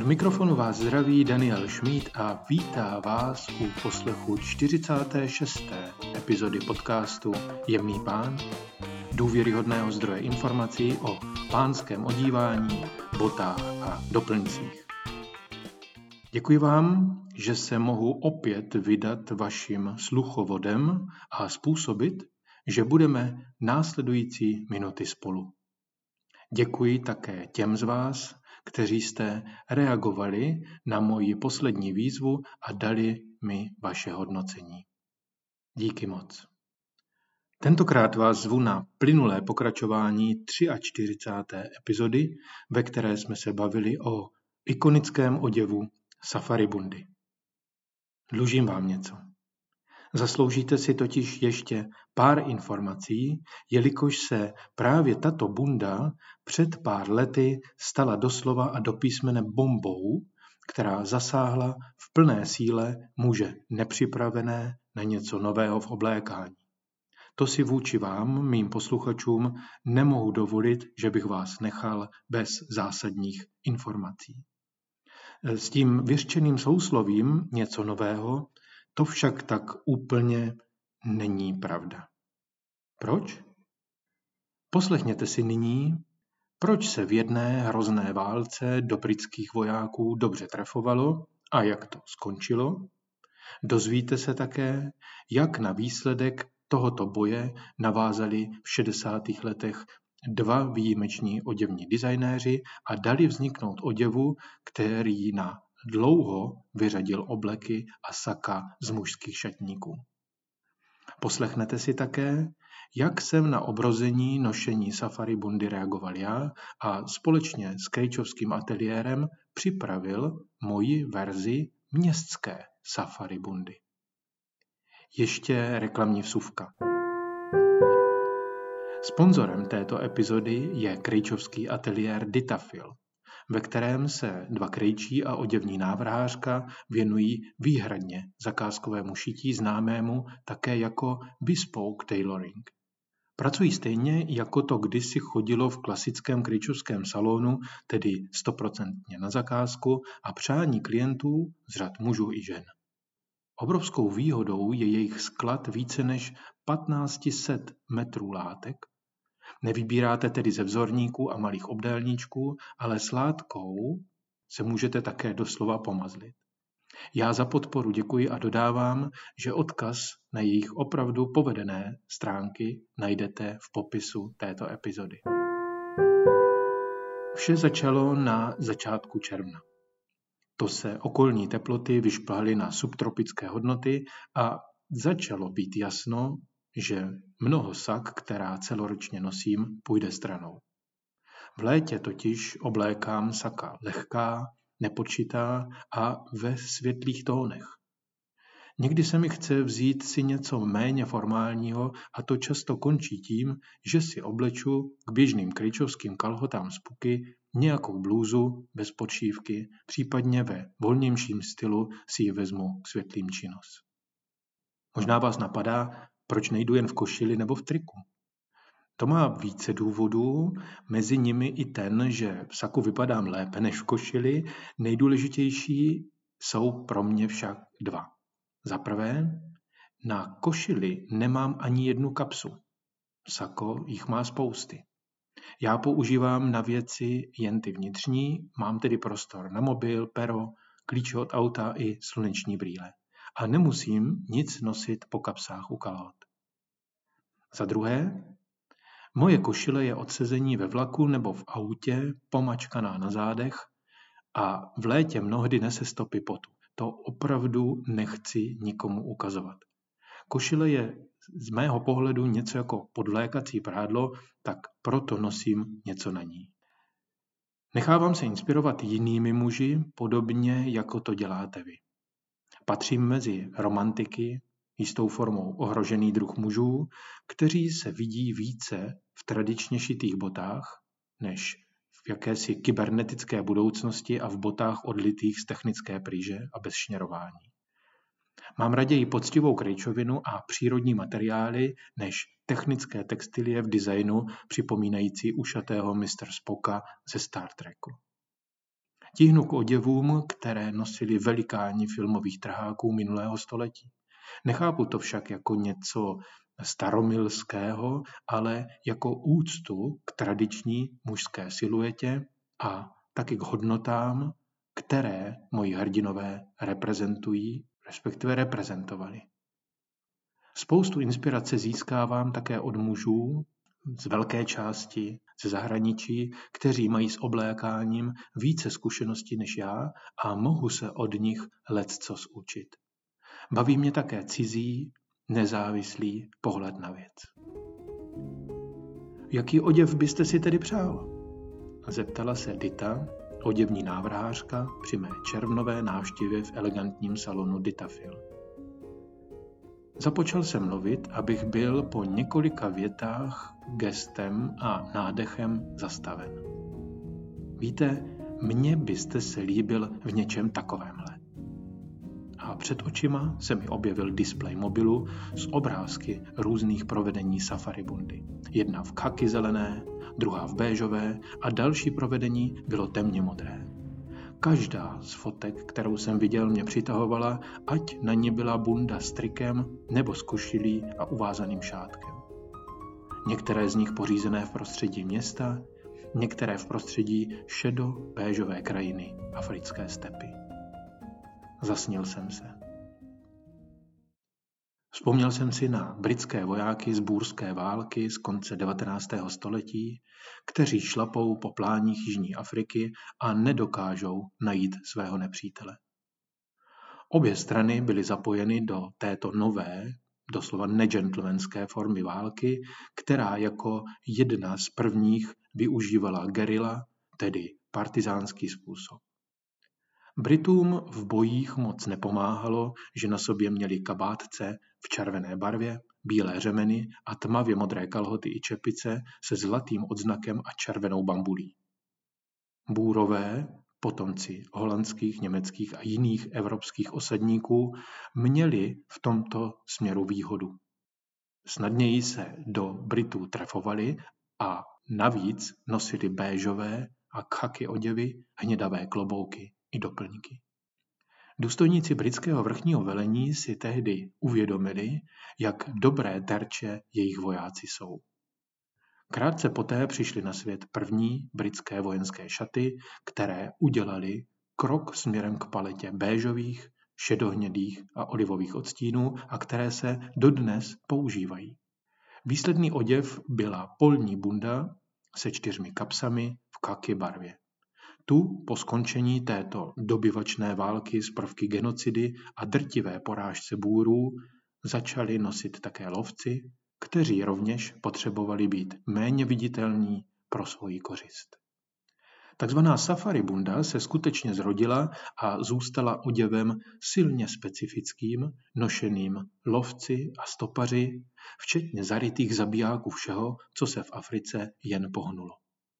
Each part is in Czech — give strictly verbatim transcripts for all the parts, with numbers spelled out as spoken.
mikrofonu vás zdraví Daniel Šmíd a vítá vás u poslechu čtyřicáté šesté epizody podcastu Jemný pán, důvěryhodného zdroje informací o pánském odívání, botách a doplňcích. Děkuji vám, že se mohu opět vydat vaším sluchovodem a způsobit, že budeme následující minuty spolu. Děkuji také těm z vás, kteří jste reagovali na moji poslední výzvu a dali mi vaše hodnocení. Díky moc. Tentokrát vás zvu na plynulé pokračování čtyřicáté třetí epizody, ve které jsme se bavili o ikonickém oděvu Safari bundy. Dlužím vám něco. Zasloužíte si totiž ještě pár informací, jelikož se právě tato bunda před pár lety stala doslova a do písmene bombou, která zasáhla v plné síle muže nepřipravené na něco nového v oblékání. To si vůči vám, mým posluchačům, nemohu dovolit, že bych vás nechal bez zásadních informací. S tím vyřčeným souslovím něco nového, to však tak úplně není pravda. Proč? Poslechněte si nyní, proč se v jedné hrozné válce do britských vojáků dobře trefovalo a jak to skončilo. Dozvíte se také, jak na výsledek tohoto boje navázali v šedesátých letech dva výjimeční oděvní designéři a dali vzniknout oděvu, který na dlouho vyřadil obleky a saka z mužských šatníků. Poslechnete si také, jak jsem na obrození nošení safari bundy reagoval já a společně s Krejčovským ateliérem připravil moji verzi městské safari bundy. Ještě reklamní vsuvka. Sponzorem této epizody je Krejčovský ateliér Ditafil, ve kterém se dva krejčí a oděvní návrhářka věnují výhradně zakázkovému šití známému také jako bespoke tailoring. Pracují stejně, jako to kdysi chodilo v klasickém krejčovském salonu, tedy stoprocentně na zakázku a přání klientů z řad mužů i žen. Obrovskou výhodou je jejich sklad více než patnáct set metrů látek. Nevybíráte tedy ze vzorníků a malých obdélníčků, ale s látkou se můžete také doslova pomazlit. Já za podporu děkuji a dodávám, že odkaz na jejich opravdu povedené stránky najdete v popisu této epizody. Vše začalo na začátku června. To se okolní teploty vyšplhaly na subtropické hodnoty a začalo být jasno, že mnoho sak, která celoročně nosím, půjde stranou. V létě totiž oblékám saka lehká, nepočitá a ve světlých tónech. Někdy se mi chce vzít si něco méně formálního a to často končí tím, že si obleču k běžným krejčovským kalhotám z puky nějakou blůzu bez podšívky, případně ve volnějším stylu si ji vezmu k světlým činos. Možná vás napadá, proč nejdu jen v košili nebo v triku. To má více důvodů, mezi nimi i ten, že v saku vypadám lépe než v košili. Nejdůležitější jsou pro mě však dva. Za prvé, na košili nemám ani jednu kapsu. Sako jich má spousty. Já používám na věci jen ty vnitřní, mám tedy prostor na mobil, pero, klíče od auta i sluneční brýle. A nemusím nic nosit po kapsách u kalhot. Za druhé, moje košile je od sezení ve vlaku nebo v autě pomačkaná na zádech a v létě mnohdy nese stopy potu. To opravdu nechci nikomu ukazovat. Košile je z mého pohledu něco jako podvlékací prádlo, tak proto nosím něco na ní. Nechávám se inspirovat jinými muži, podobně jako to děláte vy. Patřím mezi romantiky, jistou formou ohrožený druh mužů, kteří se vidí více v tradičně šitých botách, než v jakési kybernetické budoucnosti a v botách odlitých z technické pryže a bez šněrování. Mám raději poctivou krejčovinu a přírodní materiály, než technické textilie v designu připomínající ušatého mistera Spocka ze Star Treku. Tíhnu k oděvům, které nosili velikáni filmových trháků minulého století. Nechápu to však jako něco staromilského, ale jako úctu k tradiční mužské siluetě a taky k hodnotám, které moji hrdinové reprezentují, respektive reprezentovali. Spoustu inspirace získávám také od mužů z velké části ze zahraničí, kteří mají s oblékáním více zkušeností než já a mohu se od nich leccos učit. Baví mě také cizí, nezávislý pohled na věc. Jaký oděv byste si tedy přál? Zeptala se Dita, oděvní návrhářka, při mé červnové návštěvě v elegantním salonu Ditafil. Započal jsem mluvit, abych byl po několika větách gestem a nádechem zastaven. Víte, mně byste se líbil v něčem takovémhle. A před očima se mi objevil displej mobilu s obrázky různých provedení safari bundy. Jedna v khaki zelené, druhá v béžové a další provedení bylo temně modré. Každá z fotek, kterou jsem viděl, mě přitahovala, ať na ní byla bunda s trikem nebo s košilí a uvázaným šátkem. Některé z nich pořízené v prostředí města, některé v prostředí šedo-béžové krajiny africké stepy. Zasnil jsem se. Vzpomněl jsem si na britské vojáky z búrské války z konce devatenáctého století, kteří šlapou po pláních Jižní Afriky a nedokážou najít svého nepřítele. Obě strany byly zapojeny do této nové, doslova negentlemanské formy války, která jako jedna z prvních využívala gerila, tedy partizánský způsob. Britům v bojích moc nepomáhalo, že na sobě měli kabátce v červené barvě, bílé řemeny a tmavě modré kalhoty i čepice se zlatým odznakem a červenou bambulí. Búrové, potomci holandských, německých a jiných evropských osadníků, měli v tomto směru výhodu. Snadněji se do Britů trefovali a navíc nosili béžové a khaki oděvy, hnědavé klobouky i doplňky. Důstojníci britského vrchního velení si tehdy uvědomili, jak dobré terče jejich vojáci jsou. Krátce poté přišly na svět první britské vojenské šaty, které udělali krok směrem k paletě béžových, šedohnědých a olivových odstínů a které se dodnes používají. Výsledný oděv byla polní bunda se čtyřmi kapsami v khaki barvě. Tu po skončení této dobyvačné války z prvky genocidy a drtivé porážce bůrů začali nosit také lovci, kteří rovněž potřebovali být méně viditelní pro svoji kořist. Takzvaná safari bunda se skutečně zrodila a zůstala oděvem silně specifickým, nošeným lovci a stopaři, včetně zarytých zabijáků všeho, co se v Africe jen pohnulo.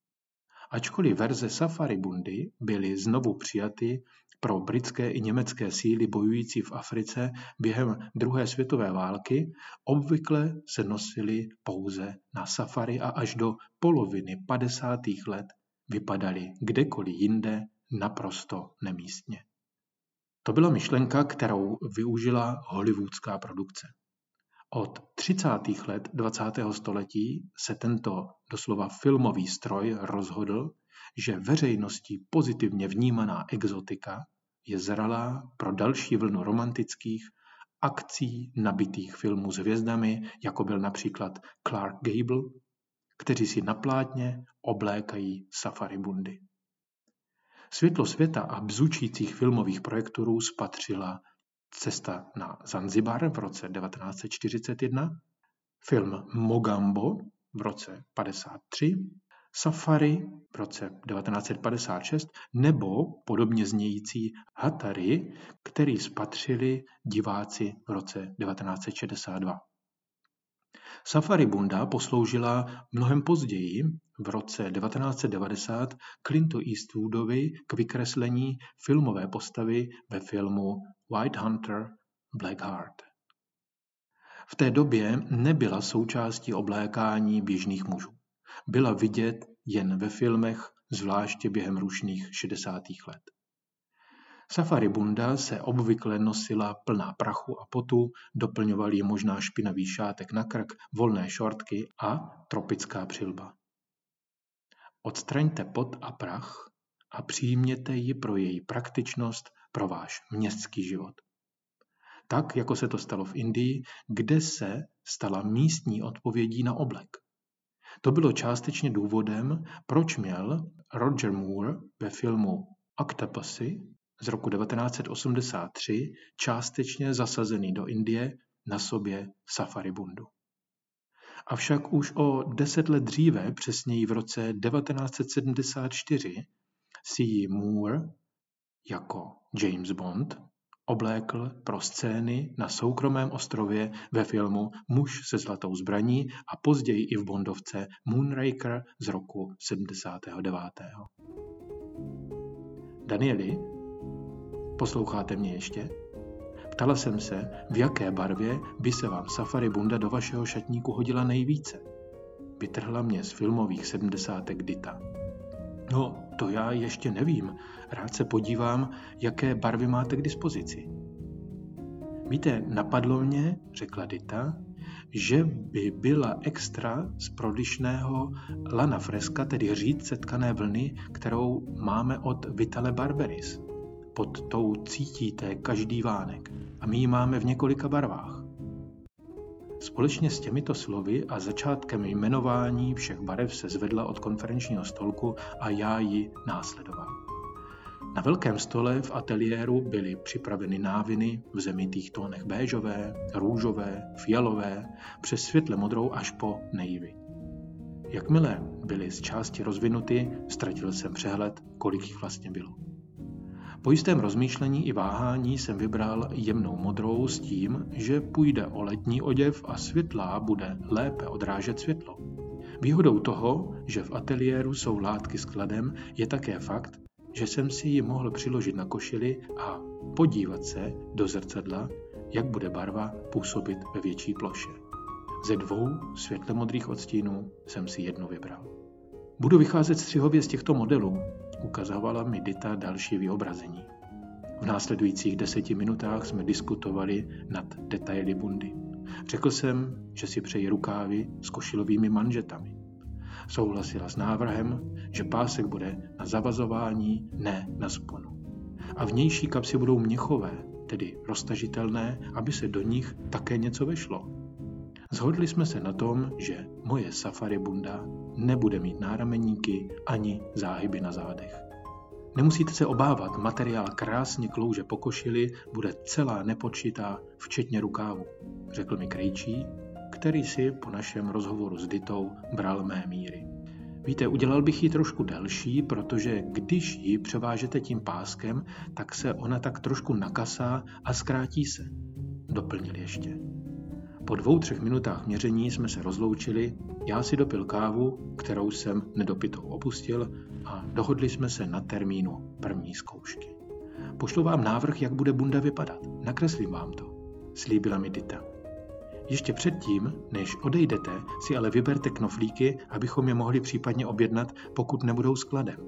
Ačkoliv verze safari bundy byly znovu přijaty pro britské i německé síly bojující v Africe během druhé světové války, obvykle se nosily pouze na safari a až do poloviny padesátých let vypadaly kdekoliv jinde naprosto nemístně. To byla myšlenka, kterou využila hollywoodská produkce. Od třicátých let dvacátého století se tento doslova filmový stroj rozhodl, že veřejností pozitivně vnímaná exotika je zralá pro další vlnu romantických akcí nabitých filmů s hvězdami, jako byl například Clark Gable, kteří si na plátně oblékají safari bundy. Světlo světa a bzučících filmových projektorů spatřila Cesta na Zanzibar v roce devatenáct set čtyřicet jedna, film Mogambo v roce padesát tři, Safari v roce devatenáct set padesát šest nebo podobně znějící Hatari, který spatřili diváci v roce devatenáct set šedesát dva. Safari bunda posloužila mnohem později, v roce devatenáct set devadesát, Clintu Eastwoodovi k vykreslení filmové postavy ve filmu White Hunter, Black Heart. V té době nebyla součástí oblékání běžných mužů. Byla vidět jen ve filmech, zvláště během rušných šedesátých let. Safari bunda se obvykle nosila plná prachu a potu, doplňoval ji možná špinavý šátek na krk, volné šortky a tropická přilba. Odstraňte pot a prach a přijměte ji pro její praktičnost pro váš městský život. Tak, jako se to stalo v Indii, kde se stala místní odpovědí na oblek. To bylo částečně důvodem, proč měl Roger Moore ve filmu Octopussy z roku devatenáct set osmdesát tři částečně zasazený do Indie na sobě safari bundu. Avšak už o deset let dříve, přesněji v roce devatenáct set sedmdesát čtyři, si ji Moore jako James Bond oblékl pro scény na soukromém ostrově ve filmu Muž se zlatou zbraní a později i v bondovce Moonraker z roku sedmdesát devět. Danieli, posloucháte mě ještě? Ptala jsem se, v jaké barvě by se vám safari bunda do vašeho šatníku hodila nejvíce. Vytrhla mě z filmových sedmdesátek Dita. No, to já ještě nevím. Rád se podívám, jaké barvy máte k dispozici. Víte, napadlo mě, řekla Dita, že by byla extra z prodyšného lana fresca, tedy řídce tkané vlny, kterou máme od Vitale Barberis. Pod tou cítíte každý vánek a my ji máme v několika barvách. Společně s těmito slovy a začátkem jmenování všech barev se zvedla od konferenčního stolku a já ji následoval. Na velkém stole v ateliéru byly připraveny náviny v zemitých tónech béžové, růžové, fialové, přes světle modrou až po nejvy. Jakmile byly z části rozvinuty, ztratil jsem přehled, kolik jich vlastně bylo. Po jistém rozmýšlení i váhání jsem vybral jemnou modrou s tím, že půjde o letní oděv a světlá bude lépe odrážet světlo. Výhodou toho, že v ateliéru jsou látky s kladem, je také fakt, že jsem si ji mohl přiložit na košili a podívat se do zrcadla, jak bude barva působit ve větší ploše. Ze dvou světle modrých odstínů jsem si jednu vybral. Budu vycházet střihově z těchto modelů, ukazovala mi Dita další vyobrazení. V následujících deseti minutách jsme diskutovali nad detaily bundy. Řekl jsem, že si přeji rukávy s košilovými manžetami. Souhlasila s návrhem, že pásek bude na zavazování, ne na sponu. A vnější kapsy budou měchové, tedy roztažitelné, aby se do nich také něco vešlo. Shodli jsme se na tom, že moje safari bunda nebude mít nárameníky ani záhyby na zádech. Nemusíte se obávat, materiál krásně klouže po košili, bude celá nepočitá, včetně rukávu, řekl mi krejčí, který si po našem rozhovoru s Ditou bral mé míry. Víte, udělal bych ji trošku delší, protože když ji převážete tím páskem, tak se ona tak trošku nakasá a zkrátí se, doplnil ještě. Po dvou, třech minutách měření jsme se rozloučili, já si dopil kávu, kterou jsem nedopitou opustil a dohodli jsme se na termínu první zkoušky. Pošlu vám návrh, jak bude bunda vypadat. Nakreslím vám to, slíbila mi Dita. Ještě předtím, než odejdete, si ale vyberte knoflíky, abychom je mohli případně objednat, pokud nebudou skladem.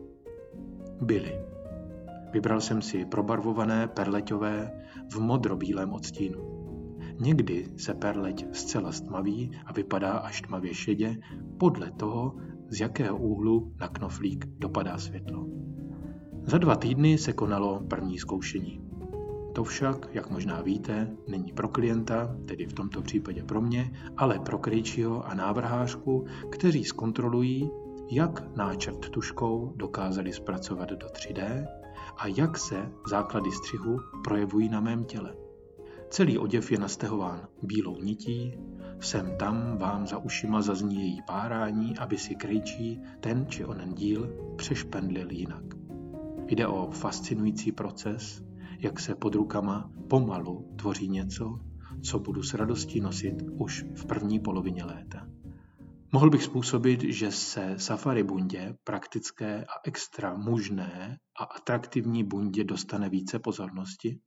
Byly. Vybral jsem si probarvované perleťové v modrobílém odstínu. Někdy se perleť zcela stmaví a vypadá až tmavě šedě podle toho, z jakého úhlu na knoflík dopadá světlo. Za dva týdny se konalo první zkoušení. To však, jak možná víte, není pro klienta, tedy v tomto případě pro mě, ale pro krejčího a návrhářku, kteří zkontrolují, jak náčrt tužkou dokázali zpracovat do tři dé a jak se základy střihu projevují na mém těle. Celý oděv je nastehován bílou nití, sem tam vám za ušima zazní její párání, aby si krejčí ten či onen díl přešpendlil jinak. Jde o fascinující proces, jak se pod rukama pomalu tvoří něco, co budu s radostí nosit už v první polovině léta. Mohl bych způsobit, že se safari bundě, praktické a extra mužné a atraktivní bundě dostane více pozornosti?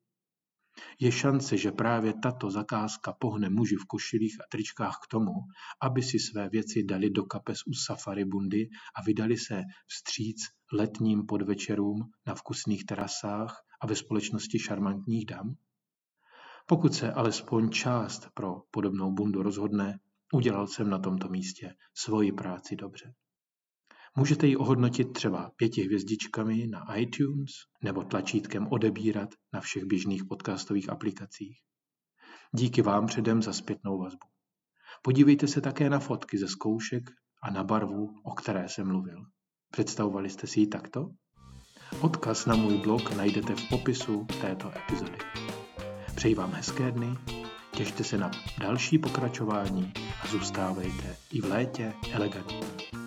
Je šance, že právě tato zakázka pohne muži v košilích a tričkách k tomu, aby si své věci dali do kapes u safari bundy a vydali se vstříc letním podvečerům na vkusných terasách a ve společnosti šarmantních dam? Pokud se alespoň část pro podobnou bundu rozhodne, udělal jsem na tomto místě svoji práci dobře. Můžete ji ohodnotit třeba pěti hvězdičkami na iTunes nebo tlačítkem odebírat na všech běžných podcastových aplikacích. Díky vám předem za zpětnou vazbu. Podívejte se také na fotky ze zkoušek a na barvu, o které jsem mluvil. Představovali jste si ji takto? Odkaz na můj blog najdete v popisu této epizody. Přeji vám hezké dny, těšte se na další pokračování a zůstávejte i v létě elegantní.